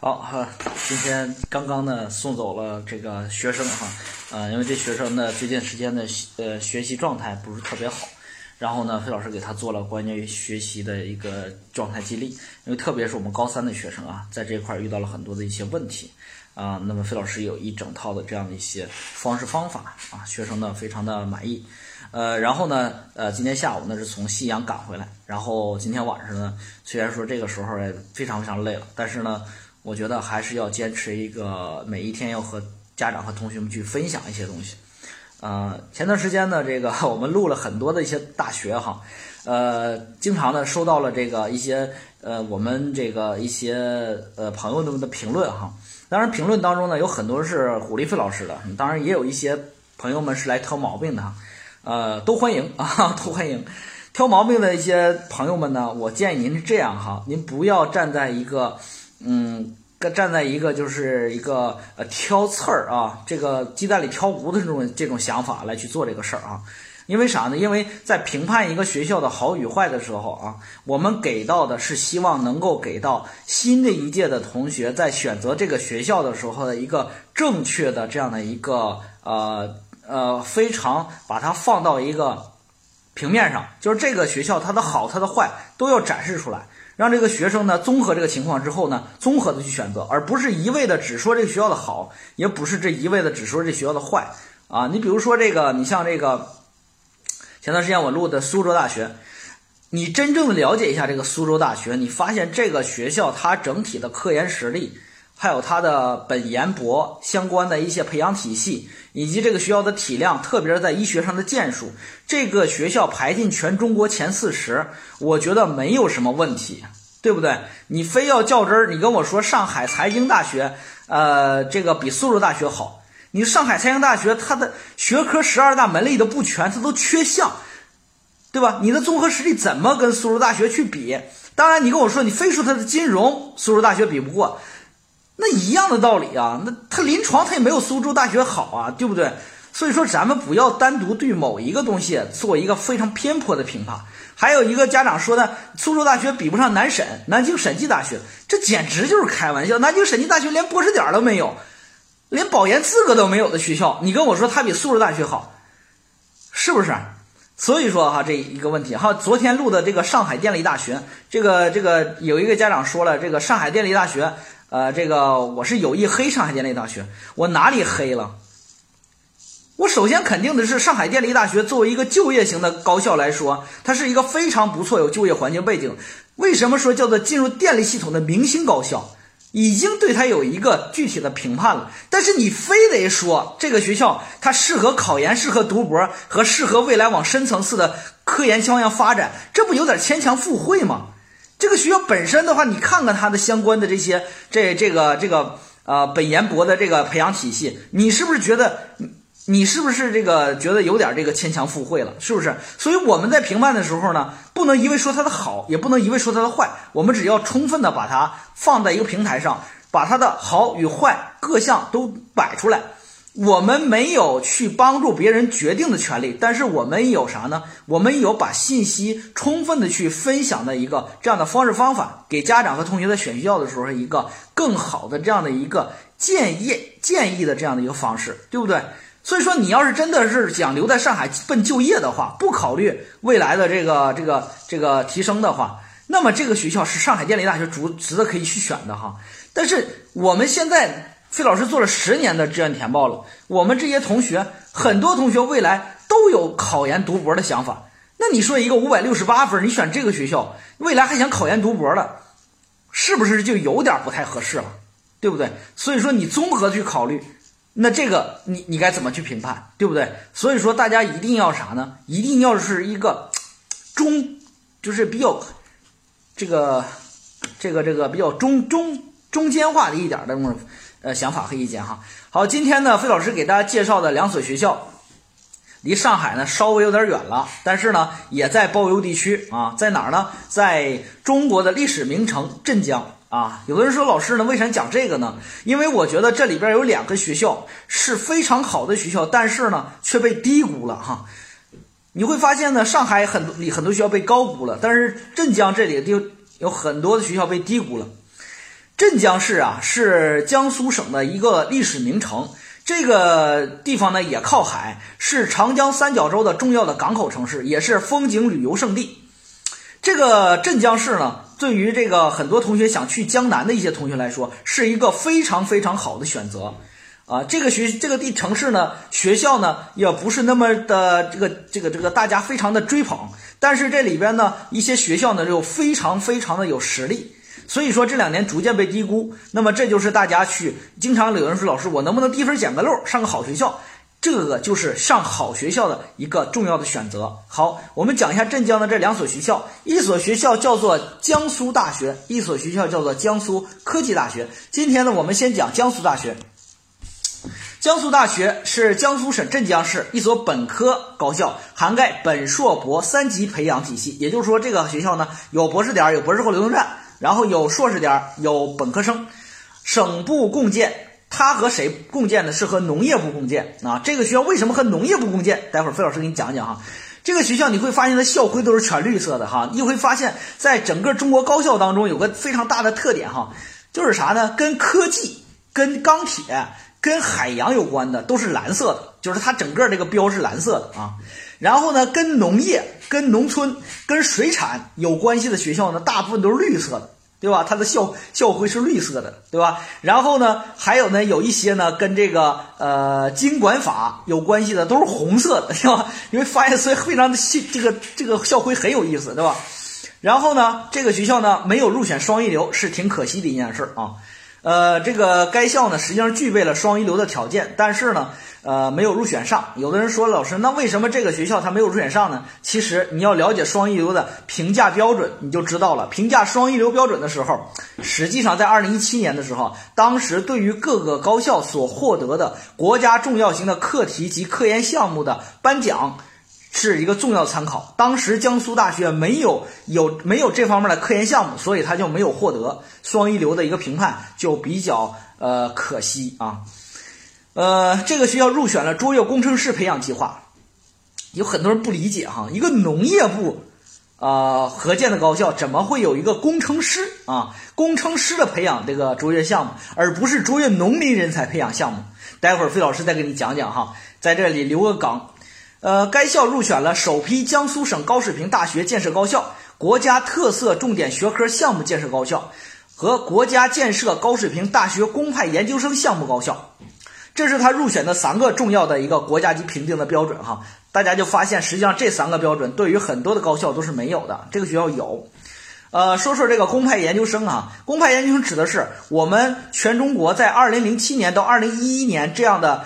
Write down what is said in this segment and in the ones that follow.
好哈，今天刚刚呢送走了这个学生哈，因为这学生呢最近时间的学习状态不是特别好，然后呢费老师给他做了关于学习的一个状态激励，因为特别是我们高三的学生啊，在这一块遇到了很多的一些问题啊，那么费老师有一整套的这样的一些方式方法啊，学生呢非常的满意。然后呢，今天下午呢是从西阳赶回来，然后今天晚上呢，虽然说这个时候也非常非常累了，但是呢，我觉得还是要坚持一个每一天要和家长和同学们去分享一些东西。前段时间呢，这个我们录了很多的一些大学哈，经常呢收到了这个一些我们这个一些朋友们的评论哈，当然评论当中呢有很多是鼓励费老师的，当然也有一些朋友们是来挑毛病的哈。都欢迎啊，都欢迎。挑毛病的一些朋友们呢，我建议您是这样哈，您不要站在一个就是一个挑刺儿啊，这个鸡蛋里挑骨的这种想法来去做这个事儿啊。因为啥呢？因为在评判一个学校的好与坏的时候啊，我们给到的是希望能够给到新的一届的同学在选择这个学校的时候的一个正确的这样的一个非常把它放到一个平面上，就是这个学校它的好它的坏都要展示出来，让这个学生呢综合这个情况之后呢，综合的去选择，而不是一味的只说这个学校的好，也不是这一味的只说这学校的坏啊。你比如说这个，你像这个前段时间我录的苏州大学，你真正的了解一下这个苏州大学，你发现这个学校它整体的科研实力，还有它的本研博相关的一些培养体系，以及这个学校的体量，特别是在医学上的建树，这个学校排进全中国前40，我觉得没有什么问题，对不对？你非要较真儿，你跟我说上海财经大学，这个比苏州大学好，你上海财经大学它的学科12大门类的不全，它都缺项，对吧？你的综合实力怎么跟苏州大学去比？当然，你跟我说你非说它的金融，苏州大学比不过。那一样的道理啊，那它临床它也没有苏州大学好啊，对不对？所以说咱们不要单独对某一个东西做一个非常偏颇的评判。还有一个家长说的，苏州大学比不上南京审计大学，这简直就是开玩笑。南京审计大学连博士点都没有，连保研资格都没有的学校，你跟我说它比苏州大学好，是不是？所以说哈，这一个问题哈，昨天录的这个上海电力大学，这个有一个家长说了，这个上海电力大学。这个我是有意黑上海电力大学，我哪里黑了？我首先肯定的是，上海电力大学作为一个就业型的高校来说，它是一个非常不错有就业环境背景。为什么说叫做进入电力系统的明星高校？已经对它有一个具体的评判了。但是你非得说这个学校它适合考研、适合读博和适合未来往深层次的科研方向发展，这不有点牵强附会吗？这个学校本身的话，你看看它的相关的这些本研博的这个培养体系，你是不是觉得觉得有点这个牵强附会了，是不是？所以我们在评判的时候呢，不能一味说它的好，也不能一味说它的坏，我们只要充分的把它放在一个平台上，把它的好与坏各项都摆出来。我们没有去帮助别人决定的权利，但是我们有啥呢？我们有把信息充分的去分享的一个这样的方式方法，给家长和同学在选学校的时候一个更好的这样的一个建议的这样的一个方式，对不对？所以说你要是真的是想留在上海奔就业的话，不考虑未来的这个提升的话，那么这个学校是上海电力大学值得可以去选的哈。但是我们现在费老师做了10年的志愿填报了，我们这些同学，很多同学未来都有考研读博的想法。那你说一个568分，你选这个学校，未来还想考研读博了，是不是就有点不太合适了？对不对？所以说你综合去考虑，那这个你该怎么去评判，对不对？所以说大家一定要啥呢？一定要是一个就是比较这个比较中间化的一点的这种想法和意见哈。好，今天呢费老师给大家介绍的2所学校离上海呢稍微有点远了，但是呢也在包邮地区啊，在哪儿呢？在中国的历史名城镇江啊。有的人说老师呢为啥讲这个呢？因为我觉得这里边有2个学校是非常好的学校，但是呢却被低估了哈。你会发现呢，上海很多学校被高估了，但是镇江这里就有很多的学校被低估了。 镇江市啊是江苏省的一个历史名城，这个地方呢也靠海，是长江三角洲的重要的港口城市，也是风景旅游胜地。这个镇江市呢，对于这个很多同学想去江南的一些同学来说，是一个非常非常好的选择。这个城市呢，学校呢也不是那么的这个大家非常的追捧，但是这里边呢一些学校呢又非常非常的有实力，所以说这2年逐渐被低估。那么这就是大家去经常有人说，老师我能不能低分捡个漏上个好学校？这个就是上好学校的一个重要的选择。好，我们讲一下镇江的这2所学校，一所学校叫做江苏大学，一所学校叫做江苏科技大学。今天呢我们先讲江苏大学。江苏大学是江苏省镇江市一所本科高校，涵盖本硕博3级培养体系。也就是说，这个学校呢有博士点，有博士后流动站，然后有硕士点，有本科生，省部共建。它和谁共建呢？是和农业部共建啊。这个学校为什么和农业部共建？待会儿费老师给你讲讲哈。这个学校你会发现它校徽都是全绿色的哈。你会发现在整个中国高校当中有个非常大的特点哈，就是啥呢？跟科技、跟钢铁、跟海洋有关的都是蓝色的，就是它整个这个标是蓝色的啊。然后呢，跟农业、跟农村、跟水产有关系的学校呢，大部分都是绿色的，对吧？它的校徽是绿色的，对吧？然后呢，还有呢，有一些呢跟这个经管法有关系的都是红色的，对吧？你会发现所以非常的这个校徽很有意思，对吧？然后呢，这个学校呢没有入选双一流，是挺可惜的一件事啊。这个该校呢实际上具备了双一流的条件，但是呢没有入选上。有的人说，老师，那为什么这个学校它没有入选上呢？其实你要了解双一流的评价标准，你就知道了。评价双一流标准的时候，实际上在2017年的时候，当时对于各个高校所获得的国家重要型的课题及科研项目的颁奖是一个重要参考。当时江苏大学没有这方面的科研项目，所以他就没有获得双一流的一个评判，就比较可惜啊。这个学校入选了卓越工程师培养计划。有很多人不理解哈，一个农业部合建的高校怎么会有一个工程师的培养这个卓越项目，而不是卓越农林人才培养项目？待会儿费老师再给你讲讲哈，在这里留个梗。该校入选了首批江苏省高水平大学建设高校、国家特色重点学科项目建设高校和国家建设高水平大学公派研究生项目高校。这是他入选的3个重要的一个国家级评定的标准哈。大家就发现实际上这3个标准对于很多的高校都是没有的，这个学校有。说说这个公派研究生啊，公派研究生指的是我们全中国在2007年到2011年这样的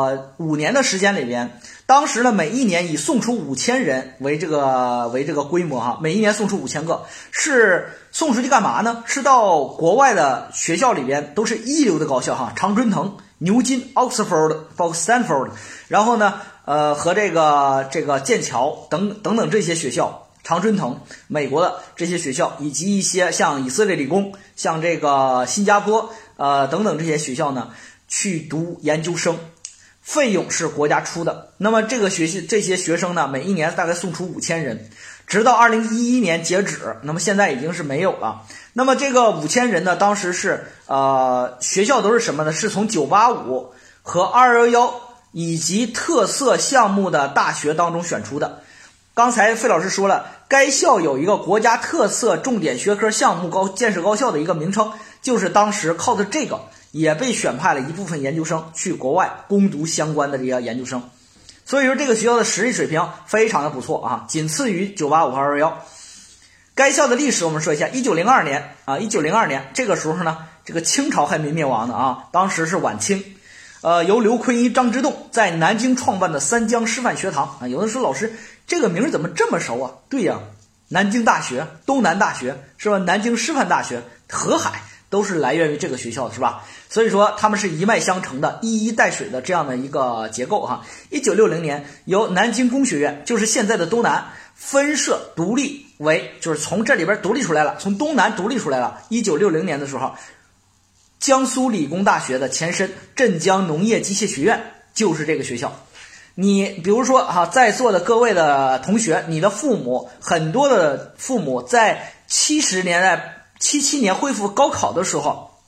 5年的时间里边，当时呢每一年以送出5000人为这个规模哈，每一年送出5000个，是送出去干嘛呢？是到国外的学校里边，都是一流的高校哈，常春藤、牛津、Oxford、包括 Stanford， 然后呢和这个剑桥等等这些学校。常春藤美国的这些学校，以及一些像以色列理工、像这个新加坡等等这些学校呢，去读研究生，费用是国家出的。那么这些学生呢，每一年大概送出5000人，直到2011年截止，那么现在已经是没有了。那么这个5000人呢，当时是学校都是什么呢？是从985和211以及特色项目的大学当中选出的。刚才费老师说了，该校有一个国家特色重点学科项目建设高校的一个名称，就是当时靠的这个也被选派了一部分研究生去国外攻读相关的这些研究生。所以说这个学校的实力水平非常的不错啊，仅次于985和211。该校的历史我们说一下，1902年这个时候呢，这个清朝还没灭亡呢啊，当时是晚清。由刘坤一、张之洞在南京创办的三江师范学堂啊。有人说，老师这个名怎么这么熟啊？对呀，南京大学、东南大学是吧？南京师范大学、河海都是来源于这个学校，是吧？所以说他们是一脉相承的、一衣带水的这样的一个结构哈。1960年由南京工学院，就是现在的东南分社独立为，就是从这里边独立出来了，从东南独立出来了。1960年的时候，江苏理工大学的前身镇江农业机械学院就是这个学校。你比如说哈，在座的各位的同学，你的父母，很多的父母在77年恢复高考的时候，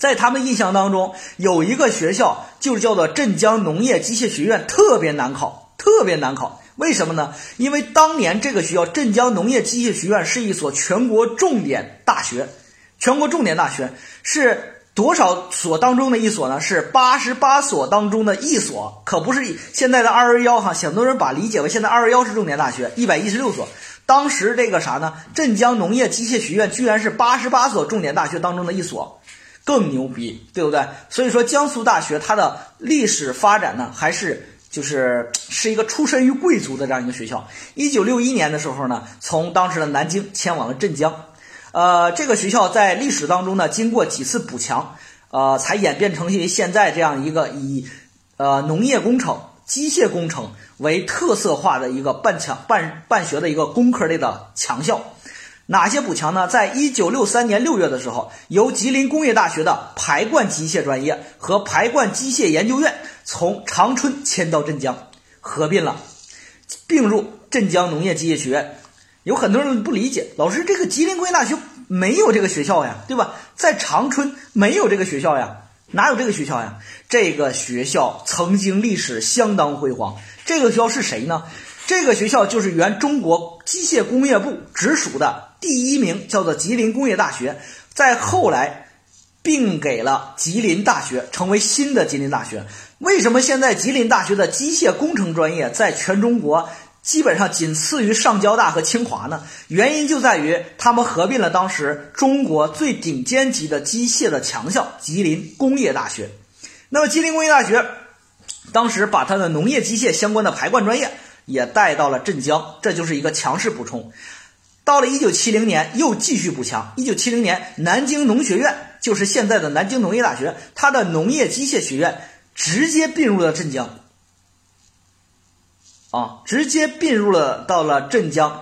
在他们印象当中，有一个学校就叫做镇江农业机械学院，特别难考，特别难考。为什么呢？因为当年这个学校镇江农业机械学院是一所全国重点大学，全国重点大学是多少所当中的一所呢？是88所当中的一所，可不是现在的211哈。很多人把理解为现在211是重点大学，116所。当时这个啥呢？镇江农业机械学院居然是88所重点大学当中的一所，更牛逼，对不对？所以说江苏大学它的历史发展呢，还是是一个出身于贵族的这样一个学校。1961年的时候呢，从当时的南京迁往了镇江。这个学校在历史当中呢，经过几次补强，才演变成现在这样一个以农业工程、机械工程为特色化的一个办学的一个工科类的强校。哪些补强呢？在1963年6月的时候，由吉林工业大学的排灌机械专业和排灌机械研究院从长春迁到镇江，合并了，并入镇江农业机械学院。有很多人不理解，老师，这个吉林工业大学没有这个学校呀，对吧？在长春没有这个学校呀，哪有这个学校呀？这个学校曾经历史相当辉煌。这个学校是谁呢？这个学校就是原中国机械工业部直属的第1名，叫做吉林工业大学，在后来并给了吉林大学，成为新的吉林大学。为什么现在吉林大学的机械工程专业在全中国基本上仅次于上交大和清华呢？原因就在于他们合并了当时中国最顶尖级的机械的强校吉林工业大学。那么吉林工业大学当时把它的农业机械相关的排灌专业也带到了镇江，这就是一个强势补充。到了1970年又继续补强，1970年南京农学院，就是现在的南京农业大学，它的农业机械学院直接并入了镇江，直接并入了到了镇江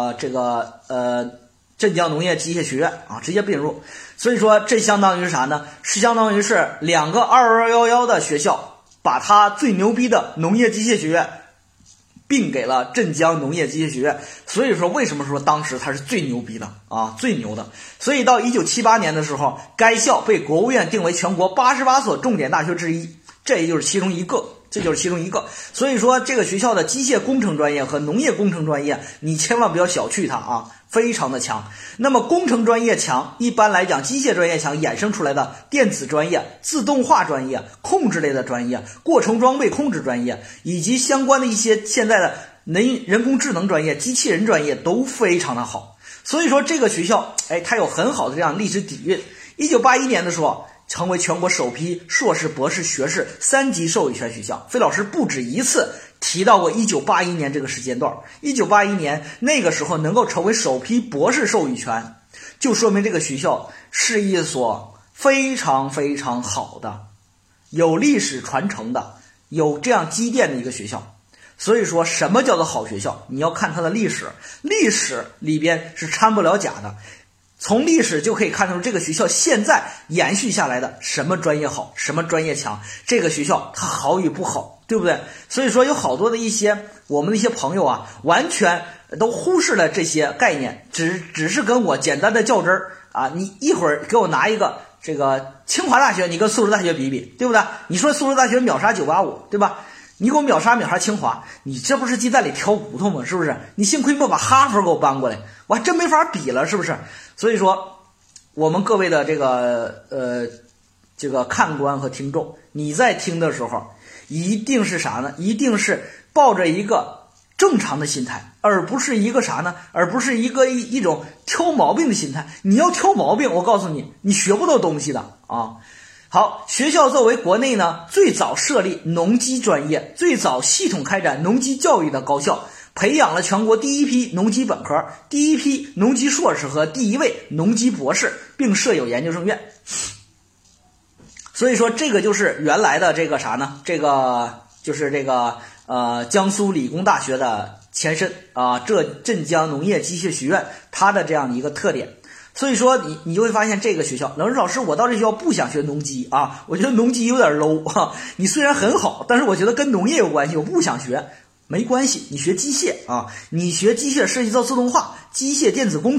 镇江农业机械学院直接并入。所以说这相当于啥呢？是相当于是两个2211的学校把它最牛逼的农业机械学院并给了镇江农业机械学院。所以说为什么说当时它是最牛逼的最牛的？所以到1978年的时候，该校被国务院定为全国88所重点大学之一，这就是其中一个。所以说这个学校的机械工程专业和农业工程专业你千万不要小觑它非常的强。那么工程专业强，一般来讲机械专业强衍生出来的电子专业、自动化专业、控制类的专业、过程装备控制专业，以及相关的一些现在的人工智能专业、机器人专业都非常的好。所以说这个学校它有很好的这样历史底蕴。1981年的时候成为全国首批硕士、博士、学士3级授予权学校。费老师不止一次提到过1981年这个时间段，1981年那个时候能够成为首批博士授予权，就说明这个学校是一所非常非常好的、有历史传承的、有这样积淀的一个学校。所以说什么叫做好学校？你要看它的历史，历史里边是掺不了假的。从历史就可以看出这个学校现在延续下来的什么专业好，什么专业强，这个学校它好与不好，对不对？所以说有好多的我们的一些朋友完全都忽视了这些概念，只是跟我简单的较真儿你一会儿给我拿一个这个清华大学，你跟苏州大学比一比，对不对？你说苏州大学秒杀985，对吧？你给我秒杀清华，你这不是鸡蛋里挑骨头吗？是不是？你幸亏不把哈佛给我搬过来，我还真没法比了，是不是？所以说我们各位的这个看官和听众，你在听的时候一定是啥呢？一定是抱着一个正常的心态，而不是一个啥呢？而不是一种挑毛病的心态。你要挑毛病，我告诉你，你学不到东西的好，学校作为国内呢最早设立农机专业、最早系统开展农机教育的高校，培养了全国第一批农机本科、第一批农机硕士和第一位农机博士，并设有研究生院。所以说这个就是原来的这个啥呢？这个就是江苏理工大学的前身这镇江农业机械学院它的这样的一个特点。所以说你就会发现这个学校，老师我到这学校不想学农机我觉得农机有点 low 你虽然很好，但是我觉得跟农业有关系，我不想学。没关系，你学机械你学机械涉及到自动化、机械电子工程，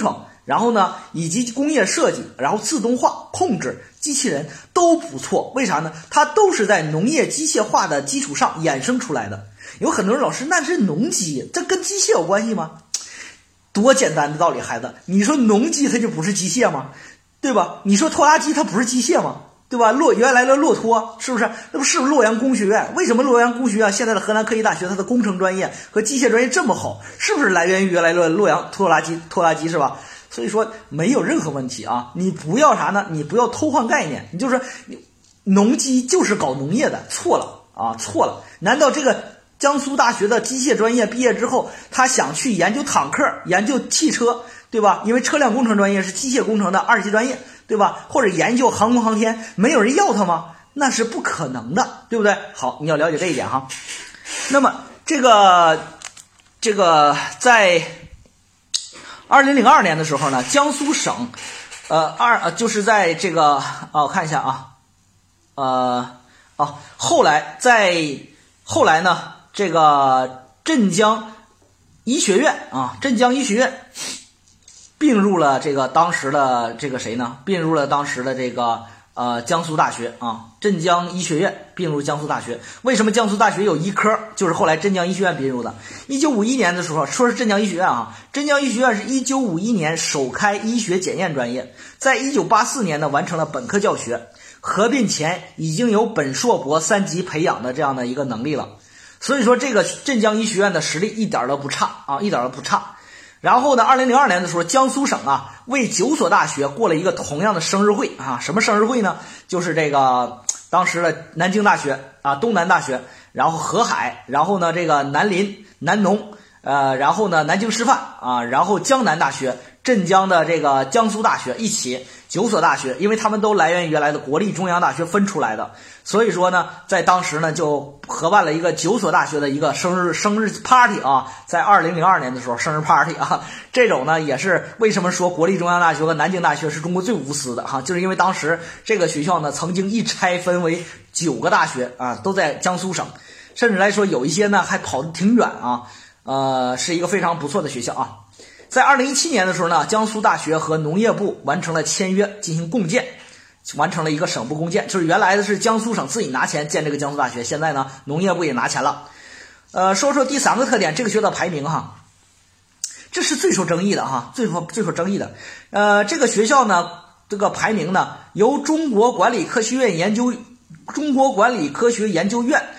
然后呢，以及工业设计，然后自动化控制机器人都不错。为啥呢？它都是在农业机械化的基础上衍生出来的。有很多人老师，那是农机，这跟机械有关系吗？多简单的道理，孩子，你说农机它就不是机械吗？对吧？你说拖拉机它不是机械吗？对吧？原来的骆驼是不是？那是不是洛阳工学院？为什么洛阳工学院现在的河南科技大学它的工程专业和机械专业这么好？是不是来源于原来的洛阳拖拉机是吧？所以说没有任何问题啊！你不要啥呢？你不要偷换概念，你就是农机就是搞农业的，错了啊，错了！难道这个江苏大学的机械专业毕业之后，他想去研究坦克、研究汽车，对吧？因为车辆工程专业是机械工程的2级专业，对吧？或者研究航空航天，没有人要他吗？那是不可能的，对不对？好，你要了解这一点哈。那么这个在2002年的时候呢，江苏省就是在这个我看一下后来呢，这个镇江医学院并入了这个当时的这个谁呢？并入了当时的这个江苏大学啊，镇江医学院并入江苏大学。为什么江苏大学有医科？就是后来镇江医学院并入的。1951年的时候，说是镇江医学院啊，镇江医学院是1951年首开医学检验专业，在1984年呢完成了本科教学，合并前已经有本硕博3级培养的这样的一个能力了。所以说这个镇江医学院的实力一点都不差啊，一点都不差。然后呢，2002年的时候，江苏省为9所大学过了一个同样的生日会啊，什么生日会呢？就是这个当时的南京大学东南大学，然后河海，然后呢这个南林、南农，然后呢南京师范然后江南大学、镇江的这个江苏大学一起9所大学，因为他们都来源于原来的国立中央大学分出来的，所以说呢，在当时呢就合办了一个9所大学的一个生日 party 在2002年的时候生日 party 这种呢也是为什么说国立中央大学和南京大学是中国最无私的就是因为当时这个学校呢曾经一拆分为9个大学都在江苏省，甚至来说有一些呢还跑得挺远是一个非常不错的学校在2017年的时候呢，江苏大学和农业部完成了签约，进行共建，完成了一个省部共建，就是原来的是江苏省自己拿钱建这个江苏大学，现在呢农业部也拿钱了。说说第3个特点，这个学校的排名这是最受争议的最受争议的。这个学校呢，这个排名呢由中国管理科学研究院